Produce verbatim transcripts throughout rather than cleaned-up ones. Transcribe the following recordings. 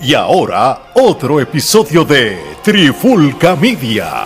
Y ahora, otro episodio de Trifulca Media.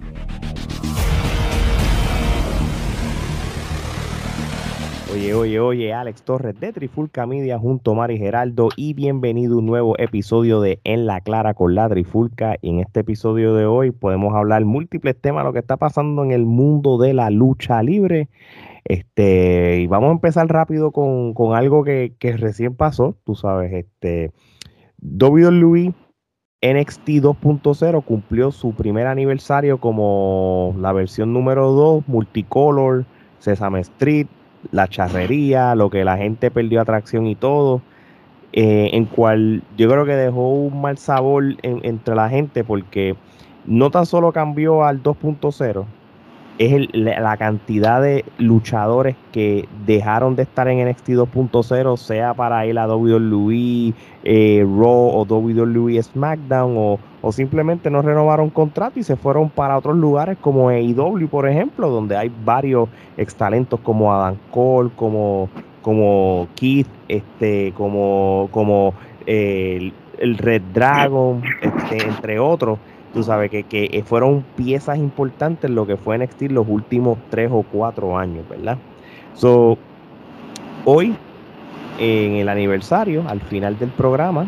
Oye, oye, oye, Alex Torres de Trifulca Media junto a Mari Geraldo y bienvenido a un nuevo episodio de En la Clara con la Trifulca. Y en este episodio de hoy podemos hablar múltiples temas de lo que está pasando en el mundo de la lucha libre. Este, y vamos a empezar rápido con, con algo que, que recién pasó, tú sabes, este, W W E N X T dos punto cero cumplió su primer aniversario como la versión número dos, Multicolor, Sesame Street, la charrería, lo que la gente perdió atracción y todo, eh, en cual yo creo que dejó un mal sabor en- entre la gente porque no tan solo cambió al dos punto cero, es el- la la cantidad de luchadores que dejaron de estar en N X T dos punto cero, sea para ir a W W E, eh, Raw o W W E SmackDown, o, o simplemente no renovaron contrato y se fueron para otros lugares como A E W, por ejemplo, donde hay varios extalentos como Adam Cole, como, como Keith, este, como, como eh, el, el Red Dragon, este, entre otros. Tú sabes que, que fueron piezas importantes en lo que fue N X T los últimos tres o cuatro años, ¿verdad? So, hoy, en el aniversario, al final del programa,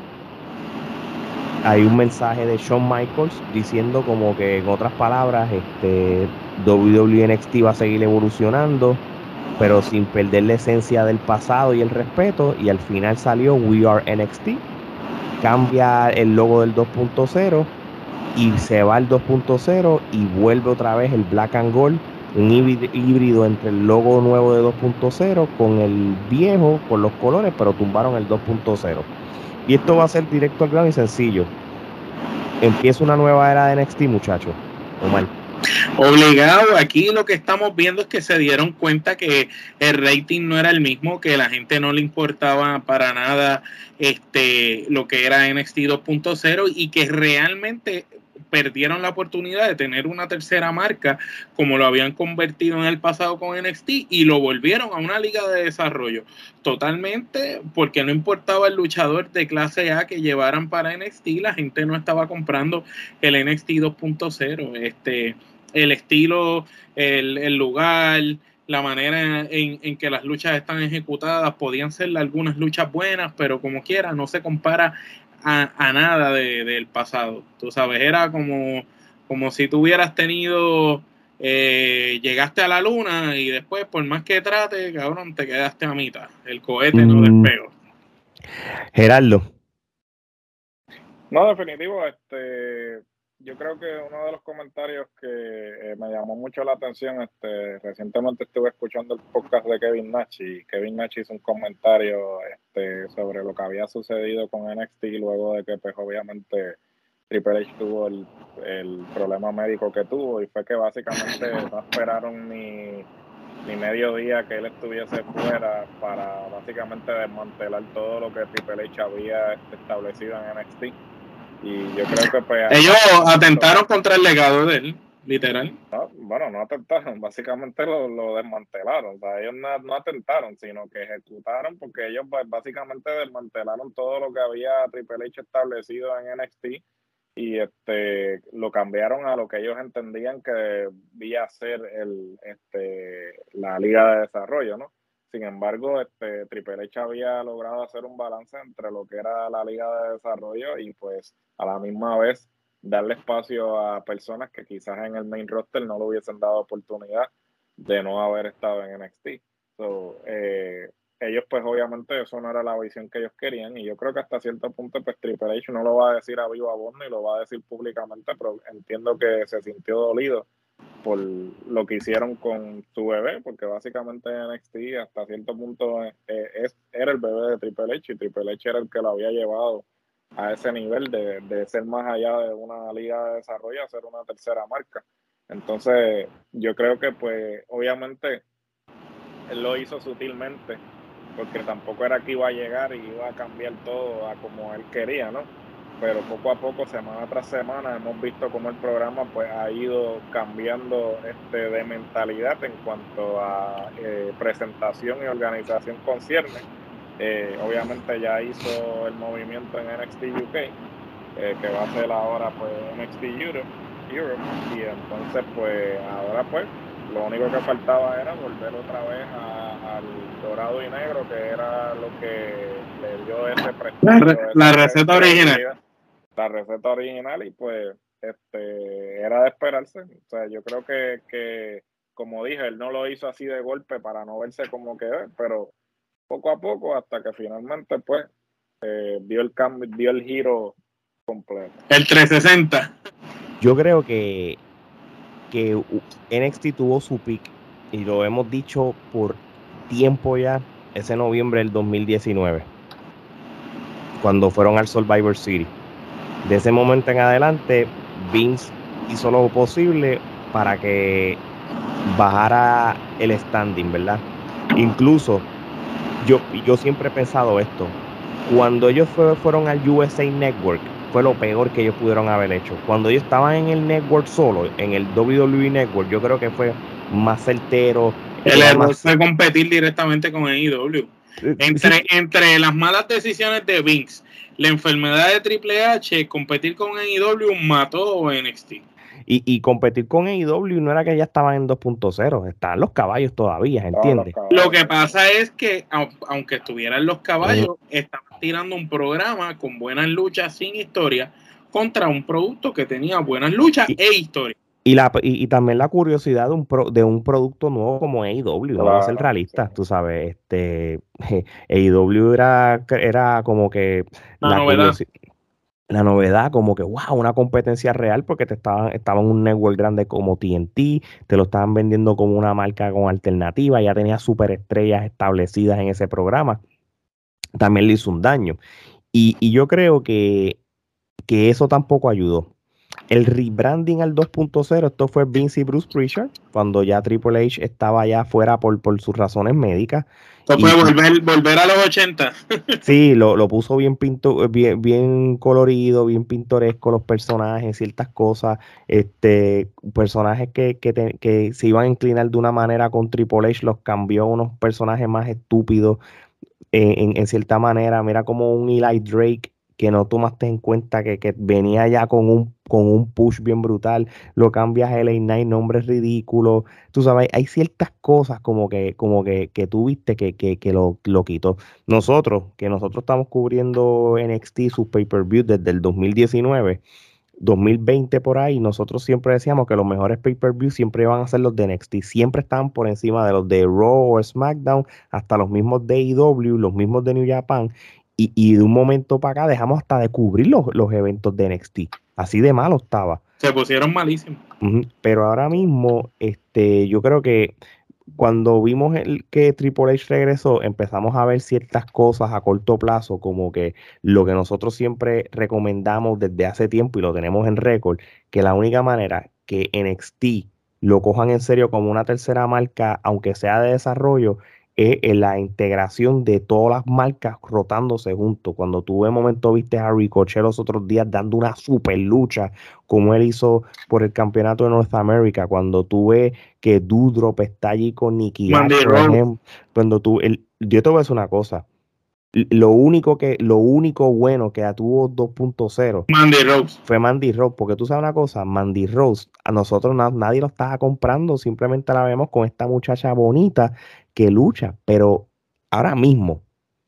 hay un mensaje de Shawn Michaels diciendo como que, en otras palabras, este, W W E N X T va a seguir evolucionando, pero sin perder la esencia del pasado y el respeto, y al final salió We Are N X T, cambia el logo del dos punto cero y se va al dos punto cero y vuelve otra vez el Black and Gold, un híbrido, híbrido entre el logo nuevo de dos punto cero con el viejo, con los colores, pero tumbaron el dos punto cero. Y esto va a ser directo al grano y sencillo. Empieza una nueva era de N X T, muchachos. Omar. Obligado, aquí lo que estamos viendo es que se dieron cuenta que el rating no era el mismo, que la gente no le importaba para nada este lo que era N X T dos punto cero y que realmente perdieron la oportunidad de tener una tercera marca como lo habían convertido en el pasado con N X T y lo volvieron a una liga de desarrollo totalmente porque no importaba el luchador de clase A que llevaran para N X T, la gente no estaba comprando el N X T dos punto cero. Este el estilo, el, el lugar, la manera en, en que las luchas están ejecutadas, podían ser algunas luchas buenas, pero como quiera, no se compara a, a nada de, del pasado. Tú sabes, era como, como si tú hubieras tenido, eh, llegaste a la luna y después, por más que trate, cabrón, te quedaste a mitad. El cohete mm. no despegó. Gerardo. No, definitivo, este... Yo creo que uno de los comentarios que eh, me llamó mucho la atención, este, recientemente estuve escuchando el podcast de Kevin Nash y Kevin Nash hizo un comentario este, sobre lo que había sucedido con N X T luego de que pues obviamente Triple H tuvo el, el problema médico que tuvo y fue que básicamente no esperaron ni, ni medio día que él estuviese fuera para básicamente desmantelar todo lo que Triple H había establecido en N X T. Y yo creo que pues, ellos atentaron lo, contra el legado de él, literal. No, bueno, no atentaron, básicamente lo, lo desmantelaron. O sea, ellos no, no atentaron, sino que ejecutaron porque ellos pues, básicamente desmantelaron todo lo que había Triple H establecido en N X T y este lo cambiaron a lo que ellos entendían que debía ser el, este, la Liga de Desarrollo, ¿no? Sin embargo, este, Triple H había logrado hacer un balance entre lo que era la Liga de Desarrollo y pues a la misma vez darle espacio a personas que quizás en el main roster no le hubiesen dado oportunidad de no haber estado en N X T. So, eh, ellos pues obviamente eso no era la visión que ellos querían y yo creo que hasta cierto punto pues Triple H no lo va a decir a viva voz ni lo va a decir públicamente, pero entiendo que se sintió dolido por lo que hicieron con su bebé, porque básicamente N X T hasta cierto punto eh, es, era el bebé de Triple H y Triple H era el que lo había llevado a ese nivel de, de ser más allá de una liga de desarrollo a ser una tercera marca. Entonces yo creo que pues obviamente él lo hizo sutilmente porque tampoco era que iba a llegar y iba a cambiar todo a como él quería, ¿no? Pero poco a poco, semana tras semana, hemos visto cómo el programa pues ha ido cambiando este de mentalidad en cuanto a eh, presentación y organización concierne. Eh, obviamente ya hizo el movimiento en N X T U K, eh, que va a ser ahora pues N X T Europe, Europe, y entonces pues ahora pues lo único que faltaba era volver otra vez a, al dorado y negro, que era lo que le dio ese prestigio. La, re, la receta original. La receta original y pues este era de esperarse. O sea, yo creo que, que como dije, él no lo hizo así de golpe para no verse como que es, pero poco a poco hasta que finalmente pues eh, dio el cambio, dio el giro completo. El trescientos sesenta. Yo creo que, que N X T tuvo su pick y lo hemos dicho por tiempo ya, ese noviembre del dos mil diecinueve, cuando fueron al Survivor Series. De ese momento en adelante, Vince hizo lo posible para que bajara el standing, ¿verdad? Incluso yo, yo siempre he pensado esto. Cuando ellos fue, fueron al U S A Network, fue lo peor que ellos pudieron haber hecho. Cuando ellos estaban en el network solo, en el W W E Network, yo creo que fue más certero. El error fue competir directamente con el I W. Entre, sí. entre las malas decisiones de Vince, la enfermedad de Triple H, competir con A E W mató a N X T. Y, y competir con A E W no era que ya estaban en dos punto cero, estaban los caballos todavía, ¿entiendes? Oh, lo que pasa es que, aunque estuvieran los caballos, uh-huh. estaban tirando un programa con buenas luchas sin historia contra un producto que tenía buenas luchas y, e historia. Y, la, y, y también la curiosidad de un, pro, de un producto nuevo como A E W, claro, vamos a ser realistas, sí. Tú sabes, este A E W era, era como que la, la novedad. La novedad, como que, wow, una competencia real, porque te estaban, estaban en un network grande como T N T, te lo estaban vendiendo como una marca con alternativa, ya tenía superestrellas establecidas en ese programa. También le hizo un daño. Y, y yo creo que, que eso tampoco ayudó. El rebranding al dos punto cero, esto fue Vince y Bruce Prichard, cuando ya Triple H estaba ya fuera por, por sus razones médicas. Esto fue volver, volver a los ochenta. Sí, lo, lo puso bien, pinto, bien, bien colorido, bien pintoresco los personajes, ciertas cosas, este, personajes que, que, te, que se iban a inclinar de una manera con Triple H, los cambió a unos personajes más estúpidos en, en, en cierta manera. Mira como un Eli Drake que no tomaste en cuenta que, que venía ya con un, con un push bien brutal, lo cambias a L A Knight, nombres ridículos, tú sabes, hay ciertas cosas como que, como que, que tú viste que, que, que lo, lo quitó. Nosotros, que nosotros estamos cubriendo N X T, sus pay-per-view desde el dos mil diecinueve, dos mil veinte por ahí, nosotros siempre decíamos que los mejores pay-per-view siempre iban a ser los de N X T, siempre estaban por encima de los de Raw o SmackDown, hasta los mismos de A E W, los mismos de New Japan. Y, y de un momento para acá dejamos hasta de cubrir los, los eventos de N X T. Así de malo estaba. Se pusieron malísimos. Uh-huh. Pero ahora mismo, este, yo creo que cuando vimos el, que Triple H regresó, empezamos a ver ciertas cosas a corto plazo, como que lo que nosotros siempre recomendamos desde hace tiempo y lo tenemos en récord, que la única manera que N X T lo cojan en serio como una tercera marca, aunque sea de desarrollo, es en la integración de todas las marcas rotándose juntos. Cuando tú de momento viste a Ricochet los otros días dando una super lucha, como él hizo por el campeonato de North America, cuando tú ves que Doudrop está allí con Nicky Ash, por ejemplo, cuando tú, el, yo te voy a decir una cosa, lo único que lo único bueno que tuvo dos punto cero Mandy Rose fue Mandy Rose, porque tú sabes una cosa, Mandy Rose, a nosotros na, nadie lo estaba comprando, simplemente la vemos con esta muchacha bonita que lucha, pero ahora mismo,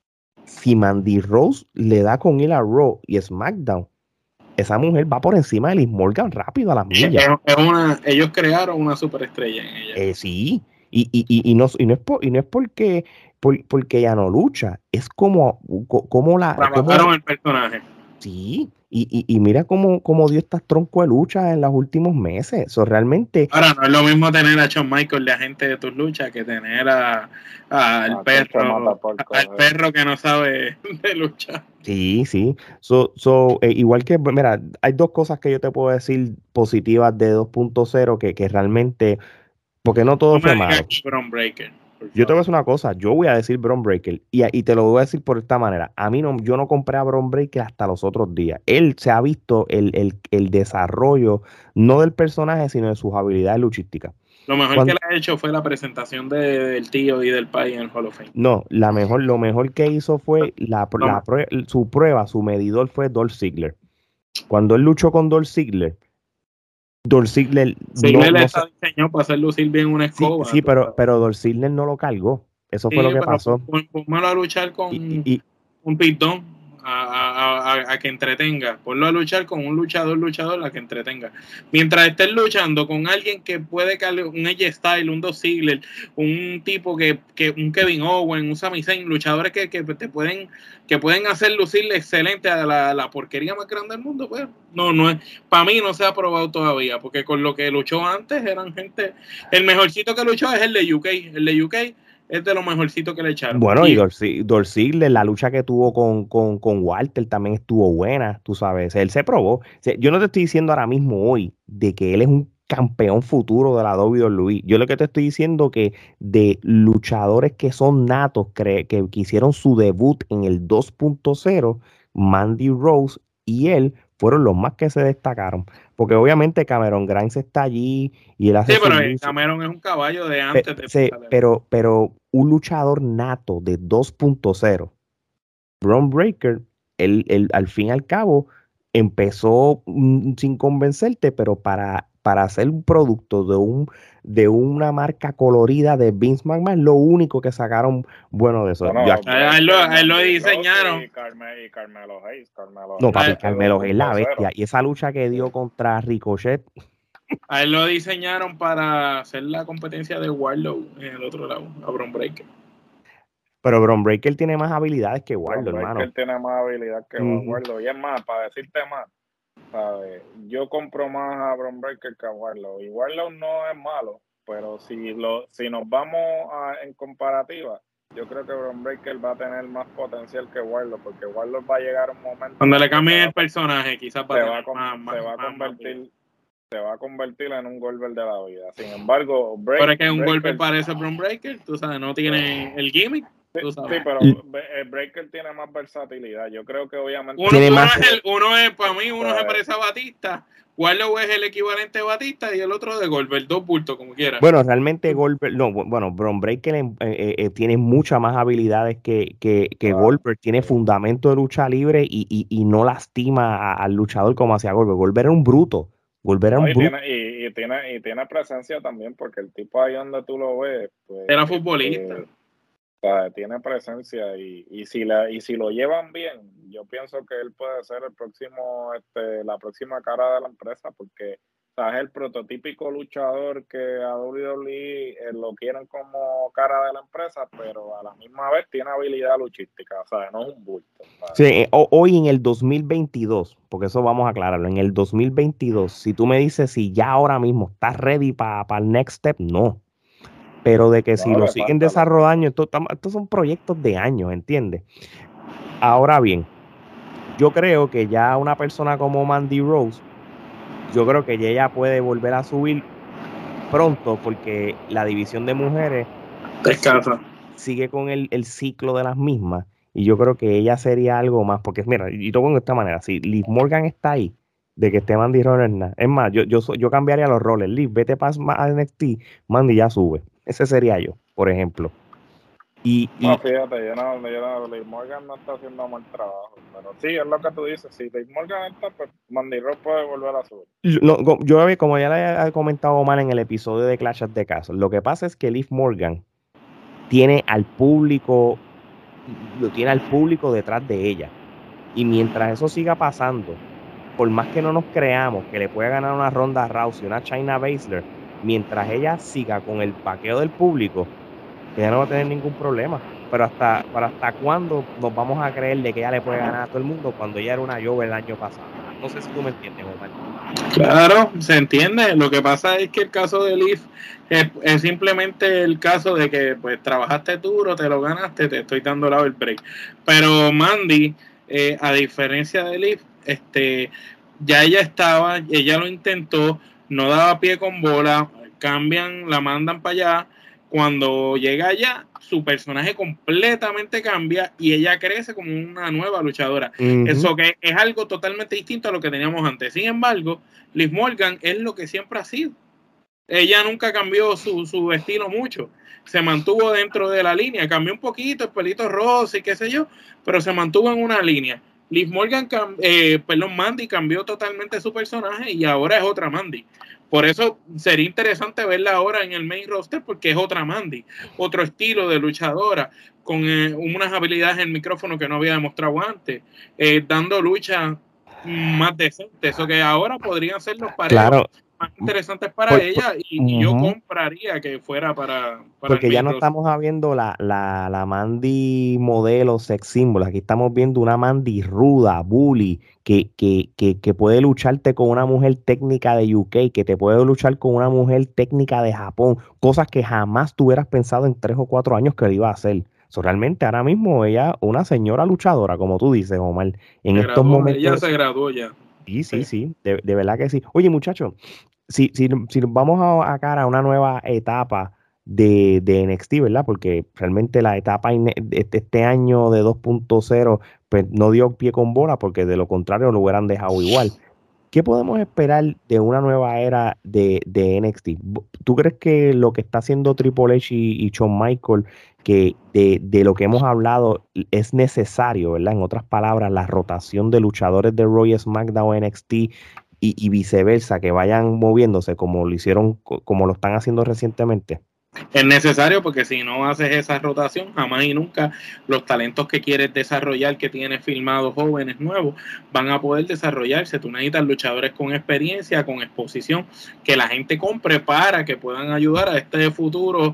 si Mandy Rose le da con él a Raw y SmackDown, esa mujer va por encima de Liz Morgan rápido a las millas. Es una, ellos crearon una superestrella en ella. Eh, sí, y, y, y, y, no, y, no es por, y no es porque, por, porque ella no lucha, es como, como la... Trabajaron como, el personaje. Sí, y, y, y mira cómo, cómo dio estas troncos de lucha en los últimos meses. Eso realmente. Ahora, no es lo mismo tener a Shawn Michaels de agente de tus luchas que tener a, a al, perro, al perro que no sabe de lucha. Sí, sí. So, so, eh, igual que, mira, hay dos cosas que yo te puedo decir positivas de dos punto cero que, que realmente, porque no todo no fue malo. Bron Breakker. Yo te voy a decir una cosa, yo voy a decir Bron Breakker y, y te lo voy a decir por esta manera. A mí no, yo no compré a Bron Breakker hasta los otros días. Él se ha visto el, el, el desarrollo, no del personaje, sino de sus habilidades luchísticas. Lo mejor Cuando, que le ha hecho fue la presentación de, del tío y del país en el Hall of Fame. No, la mejor, lo mejor que hizo fue la, No, la prue- su prueba, su medidor fue Dolph Ziggler. Cuando él luchó con Dolph Ziggler, Dolph Ziggler no, Ziggler no está se- diseñado para hacer lucir bien una sí, escoba. sí, tú pero, sabes. pero Dolph Ziggler no lo cargó. Eso fue Sí, lo que pero pasó. pon- pónmelo a luchar con Y, y, y- un pitón a, a, a, a que entretenga. Ponlo a luchar con un luchador, luchador a que entretenga. Mientras estés luchando con alguien que puede caer, un Edge Style, un Dolph Ziggler, un tipo que, que un Kevin Owen, un Sami Zayn, luchadores que, que te pueden que pueden hacer lucir excelente a la, la porquería más grande del mundo, pues no, no es, para mí no se ha probado todavía, porque con lo que luchó antes eran gente, el mejorcito que luchó es el de U K, el de U K es de lo mejorcito que le echaron. bueno, y Y, Dolph Zig- Dolph Ziggler, la lucha que tuvo con, con, con Walter también estuvo buena, tú sabes. Él se probó. O sea, yo no te estoy diciendo ahora mismo hoy de que él es un campeón futuro de la W W E. Yo lo que te estoy diciendo que de luchadores que son natos, cre- que, que hicieron su debut en el dos punto cero, Mandy Rose y él fueron los más que se destacaron. Porque obviamente Cameron Grimes está allí y él hace sí, sus pero luchas. Cameron es un caballo de Pe- antes de se- pero, pero un luchador nato de dos punto cero, Bron Breakker, él, él, al fin y al cabo empezó mm, sin convencerte, pero para, para hacer un producto de, un, de una marca colorida de Vince McMahon, lo único que sacaron bueno de eso. Bueno, Yo aquí- A él lo, a él lo Mandy diseñaron. Rose y, Carme- y Carmelo Hayes. Carmelo no, Hayes papi, a, fue Carmelo es la dos punto cero. bestia. Y esa lucha que dio contra Ricochet, a él lo diseñaron para hacer la competencia de Warlow en el otro lado, a Bron Breakker. pero Bron Breakker tiene más habilidades que Warlow, Bron hermano. Breakker tiene más habilidad que Ujú. Warlow. Y es más, para decirte más, ¿sabes? Yo compro más a Bron Breakker que a Warlow. Y Warlow no es malo, pero si lo si nos vamos a, en comparativa, yo creo que Bron Breakker va a tener más potencial que Warlow, porque Warlow va a llegar un momento Cuando le que cambien se el va- personaje, quizás va se a va, tener a con- más, se más, va a más- más convertir se va a convertir en un Goldberg de la vida. Sin embargo, Break, Pero es que un Breakker- golpe parece Bron Breakker, tú sabes, no tiene el gimmick, tú Sí, sabes. sí, pero Y- eh, Breakker tiene más versatilidad. Yo creo que obviamente Uno, Tiene uno más- es el, uno es, para mí, uno se ¿sabes? parece a Batista, Warlow es el equivalente a Batista y el otro de Goldberg, dos bultos, como quiera. Bueno, realmente Goldberg, no, bu- bueno, Bron Breakker eh, eh, eh, tiene muchas más habilidades que, que, que Claro, Goldberg, tiene sí. fundamento de lucha libre y, y, y no lastima a- al luchador como hacía Goldberg. Goldberg era un bruto, Goldberg era No, un y, bruto. tiene, y, y tiene y tiene presencia también, porque el tipo ahí donde tú lo ves, pues, Era este, futbolista. o sea, tiene presencia y, y si la y si lo llevan bien, yo pienso que él puede ser el próximo, este, la próxima cara de la empresa, porque o sea, es el prototípico luchador que a W W E eh, lo quieren como cara de la empresa, pero a la misma vez tiene habilidad luchística, o sea, no es un bulto. ¿sabes? Sí, eh, ho- hoy en el dos mil veintidós, porque eso vamos a aclararlo, en el dos mil veintidós, si tú me dices si ya ahora mismo estás ready para el next step, no. Pero de que si No, lo le siguen falta, le desarrollando, esto, tam- estos son proyectos de años, ¿entiendes? Ahora bien, yo creo que ya una persona como Mandy Rose, yo creo que ya ella puede volver a subir pronto porque la división de mujeres Descansa. sigue con el, el ciclo de las mismas y yo creo que ella sería algo más, porque mira, y lo pongo de esta manera, si Liv Morgan está ahí, de que esté Mandy Rose, no es nada. Es más, yo, yo, so- yo cambiaría los roles, Liv, vete para N X T, Mandy ya sube, ese sería yo, por ejemplo. Y, y No, fíjate, yo no, yo no, Liv Morgan no está haciendo mal trabajo, pero sí, es lo que tú dices, si Liv Morgan está, pues Mandy Rose puede volver a subir. no, go- yo, había- como ya le he comentado Omar en el episodio de Clash of the Castle, lo que pasa es que Liv Morgan tiene al público, lo tiene al público detrás de ella. Y mientras eso siga pasando, por más que no nos creamos que le pueda ganar una Ronda Rousey, una Shayna Baszler, mientras ella siga con el paqueo del público, ella no va a tener ningún problema. Pero hasta, para hasta cuándo nos vamos a creer de que ella le puede ganar a todo el mundo cuando ella era una Jove el año pasado. No sé si tú me entiendes, Omar. Claro, se entiende. Lo que pasa es que el caso de Liv es, es simplemente el caso de que pues trabajaste duro, te lo ganaste, te estoy dando el break. Pero Mandy, eh, a diferencia de Liv, este, ya ella estaba, ella lo intentó, no daba pie con bola, cambian, la mandan para allá. Cuando llega allá, su personaje completamente cambia y ella crece como una nueva luchadora. Uh-huh. Eso que es algo totalmente distinto a lo que teníamos antes. Sin embargo, Liv Morgan es lo que siempre ha sido. ella nunca cambió su, su estilo mucho. Se mantuvo dentro de la línea, cambió un poquito el pelito rosa y qué sé yo, pero se mantuvo en una línea. Liv Morgan, eh, perdón, Mandy cambió totalmente su personaje y ahora es otra Mandy. Por eso sería interesante verla ahora en el main roster porque es otra Mandy, otro estilo de luchadora, con eh, unas habilidades en el micrófono que no había demostrado antes, eh, dando lucha más decentes, eso que ahora podrían ser los pareos claro. más interesantes para por, ella y, por, y yo uh-huh. compraría que fuera para, para porque ya no roster. Estamos viendo la, la, la Mandy modelo sex symbol, aquí estamos viendo una Mandy ruda, bully, que, que, que, que puede lucharte con una mujer técnica de U K, que te puede luchar con una mujer técnica de Japón, cosas que jamás tú hubieras pensado en tres o cuatro años que lo iba a hacer. So, realmente ahora mismo ella, una señora luchadora, como tú dices, Omar, en se estos graduó, momentos. Ella se graduó ya. Sí, sí, sí, de, de verdad que sí. Oye, muchachos, si, si, si nos vamos a, a cara a una nueva etapa de, de N X T, ¿verdad? Porque realmente la etapa este, este año de dos punto cero pues no dio pie con bola, porque de lo contrario lo hubieran dejado igual. ¿Qué podemos esperar de una nueva era de, de N X T? ¿Tú crees que lo que está haciendo Triple H y, y Shawn Michaels, que de, de lo que hemos hablado, es necesario, ¿verdad? En otras palabras, la rotación de luchadores de Raw y SmackDown N X T y, y viceversa, que vayan moviéndose como lo hicieron, como lo están haciendo recientemente? Es necesario porque si no haces esa rotación, jamás y nunca los talentos que quieres desarrollar, que tienes filmados jóvenes nuevos, van a poder desarrollarse. Tú necesitas luchadores con experiencia, con exposición, que la gente compre para que puedan ayudar a este futuro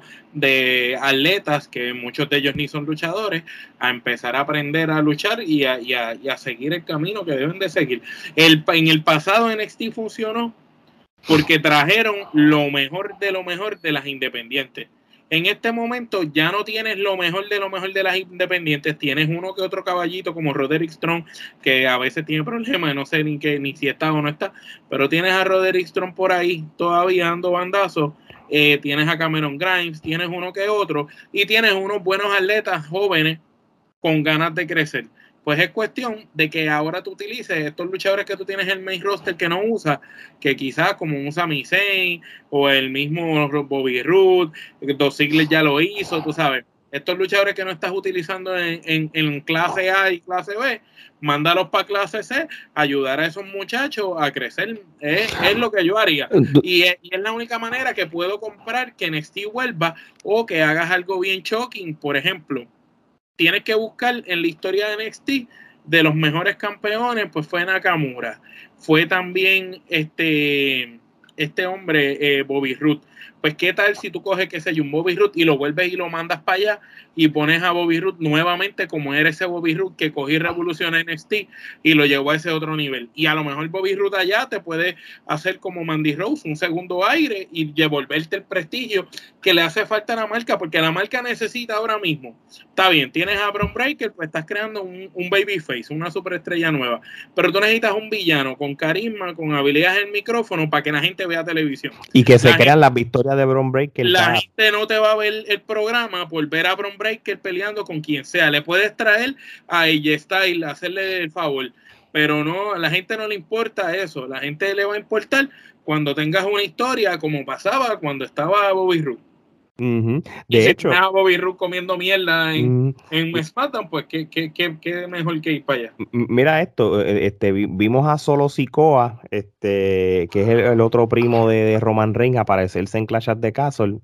de atletas, que muchos de ellos ni son luchadores, a empezar a aprender a luchar y a, y a, y a seguir el camino que deben de seguir. El, en el pasado N X T funcionó porque trajeron lo mejor de lo mejor de las independientes. En este momento ya no tienes lo mejor de lo mejor de las independientes, tienes uno que otro caballito como Roderick Strong, que a veces tiene problemas, no sé ni, que, ni si está o no está, pero tienes a Roderick Strong por ahí todavía dando bandazos, eh, tienes a Cameron Grimes, tienes uno que otro, y tienes unos buenos atletas jóvenes con ganas de crecer. Pues es cuestión de que ahora tú utilices estos luchadores que tú tienes en el main roster que no usas, que quizás como un Sami Zayn o el mismo Bobby Roode, Dos Ziggler ya lo hizo, tú sabes. Estos luchadores que no estás utilizando en, en, en clase A y clase B, mándalos para clase C, ayudar a esos muchachos a crecer. Es, es lo que yo haría. Y es, y es la única manera que puedo comprar que N X T vuelva o que hagas algo bien shocking, por ejemplo. Tienes que buscar en la historia de N X T de los mejores campeones, pues fue Nakamura, fue también este, este hombre eh, Bobby Roode. Pues qué tal si tú coges, qué sé yo, un Bobby Roode y lo vuelves y lo mandas para allá y pones a Bobby Roode nuevamente como era ese Bobby Roode que cogí Revolución N X T y lo llevó a ese otro nivel. Y a lo mejor Bobby Roode allá te puede hacer como Mandy Rose, un segundo aire y devolverte el prestigio que le hace falta a la marca, porque la marca necesita ahora mismo. Está bien, tienes a Bron Breakker, pues estás creando un, un babyface, una superestrella nueva, pero tú necesitas un villano con carisma, con habilidades en el micrófono para que la gente vea televisión. Y que se la crean gente, las victorias de Bron Breakker. La cada... gente no te va a ver el programa por ver a Bron Breakker peleando con quien sea. Le puedes traer a A J Styles, hacerle el favor, pero no, a la gente no le importa eso. La gente le va a importar cuando tengas una historia como pasaba cuando estaba Bobby Roode. Uh-huh. De y si hecho, a Bobby Roode comiendo mierda en, uh, en SmackDown, pues qué, qué, qué, qué mejor que ir para allá. Mira esto, este, vimos a Solo Sikoa, este, que es el, el otro primo de, de Roman Reigns, aparecerse en Clash at the Castle.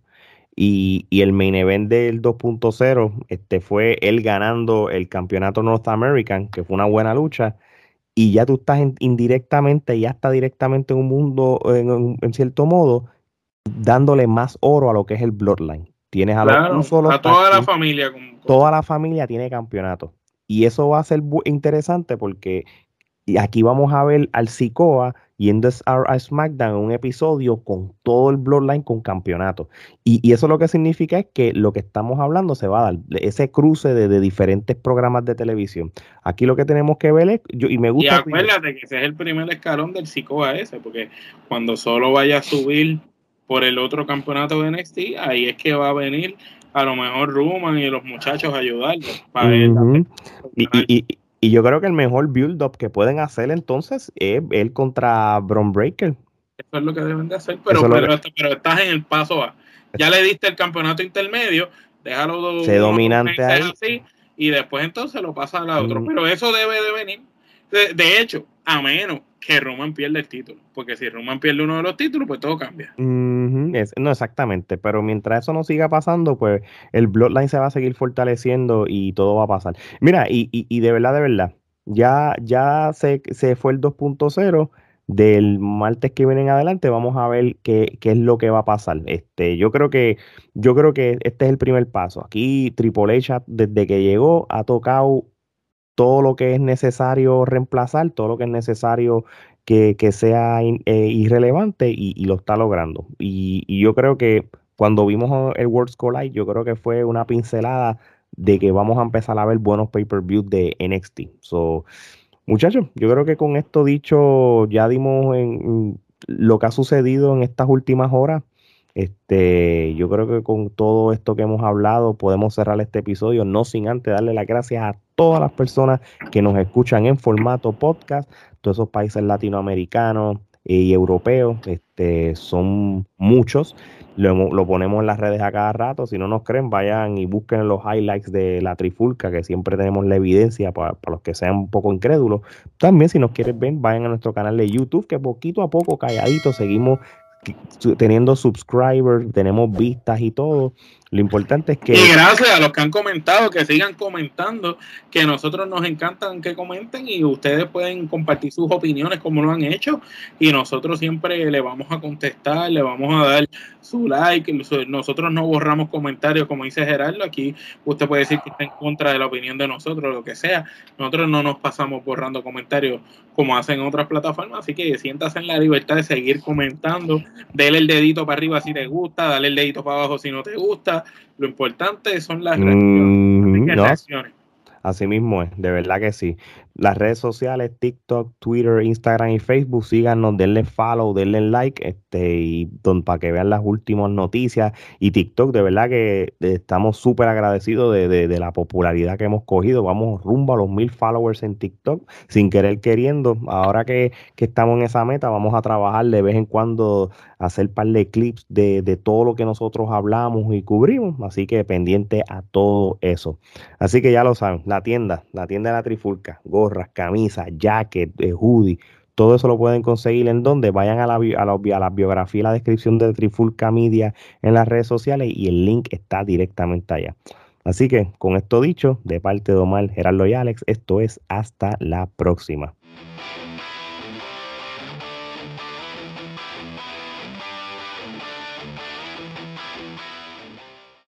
Y, y el main event del dos punto cero este, fue él ganando el campeonato North American, que fue una buena lucha. Y ya tú estás en, indirectamente, ya está directamente en un mundo, en, en cierto modo, dándole más oro a lo que es el Bloodline. Tienes a, claro, los, solo a toda la familia. Con, con... Toda la familia tiene campeonato. Y eso va a ser interesante porque aquí vamos a ver al Sikoa yendo a SmackDown en un episodio con todo el Bloodline con campeonato. Y, y eso lo que significa es que lo que estamos hablando se va a dar, ese cruce de, de diferentes programas de televisión. Aquí lo que tenemos que ver es, yo, y me gusta... Y acuérdate que ese es el primer escalón del Sikoa ese, porque cuando solo vaya a subir por el otro campeonato de N X T, ahí es que va a venir a lo mejor Roman y los muchachos a ayudarlo. Para uh-huh. él, y, y, y, y yo creo que el mejor build-up que pueden hacer entonces es él contra Bron Breakker. Eso es lo que deben de hacer, pero, pero, que... pero estás en el paso A. Ya le diste el campeonato intermedio, déjalo se dominante ahí. Así, y después entonces lo pasa a la otra. Mm. Pero eso debe de venir. De, de hecho, a menos que Roman pierda el título. Porque si Roman pierde uno de los títulos, pues todo cambia. Mm-hmm. Es, no, exactamente. Pero mientras eso no siga pasando, pues el Bloodline se va a seguir fortaleciendo y todo va a pasar. Mira, y, y, y de verdad, de verdad, ya, ya se, se fue el dos punto cero. Del martes que viene en adelante vamos a ver qué, qué es lo que va a pasar. Este, yo creo que, yo creo que este es el primer paso. Aquí Triple H, desde que llegó, ha tocado todo lo que es necesario reemplazar, todo lo que es necesario que, que sea in, eh, irrelevante y, y lo está logrando. Y, y yo creo que cuando vimos el Worlds Collide, yo creo que fue una pincelada de que vamos a empezar a ver buenos pay-per-views de N X T. So, muchachos, yo creo que con esto dicho, ya dimos en, en lo que ha sucedido en estas últimas horas. Este, yo creo que con todo esto que hemos hablado podemos cerrar este episodio, no sin antes darle las gracias a todas las personas que nos escuchan en formato podcast, todos esos países latinoamericanos y europeos, este, son muchos. Lo, lo ponemos en las redes a cada rato. Si no nos creen, vayan y busquen los highlights de la Trifulca, que siempre tenemos la evidencia para, para los que sean un poco incrédulos. También, si nos quieren ver, vayan a nuestro canal de YouTube, que poquito a poco, calladito, seguimos teniendo subscribers, tenemos vistas y todo. Lo importante es que... Y gracias a los que han comentado, que sigan comentando, que a nosotros nos encantan que comenten y ustedes pueden compartir sus opiniones como lo han hecho y nosotros siempre le vamos a contestar, le vamos a dar su like. Nosotros no borramos comentarios, como dice Gerardo. Aquí usted puede decir que está en contra de la opinión de nosotros, lo que sea. Nosotros no nos pasamos borrando comentarios como hacen otras plataformas, así que siéntase en la libertad de seguir comentando. Dale el dedito para arriba si te gusta, dale el dedito para abajo si no te gusta. Lo importante son las reacciones. Mm, no, reacciones. Así mismo es, de verdad que sí. Las redes sociales, TikTok, Twitter, Instagram y Facebook, síganos, denle follow, denle like, este, y don, para que vean las últimas noticias. Y TikTok, de verdad que estamos súper agradecidos de, de, de la popularidad que hemos cogido. Vamos rumbo a los mil followers en TikTok, sin querer queriendo. Ahora que, que estamos en esa meta, vamos a trabajar de vez en cuando, hacer un par de clips de, de todo lo que nosotros hablamos y cubrimos. Así que pendiente a todo eso. Así que ya lo saben, la tienda, la tienda de la Trifulca, gorras, camisas, jacket, eh, hoodie, todo eso lo pueden conseguir en donde vayan a la, a la, a la biografía y la descripción de Trifulca Media en las redes sociales y el link está directamente allá. Así que con esto dicho, de parte de Omar, Gerardo y Alex, esto es hasta la próxima.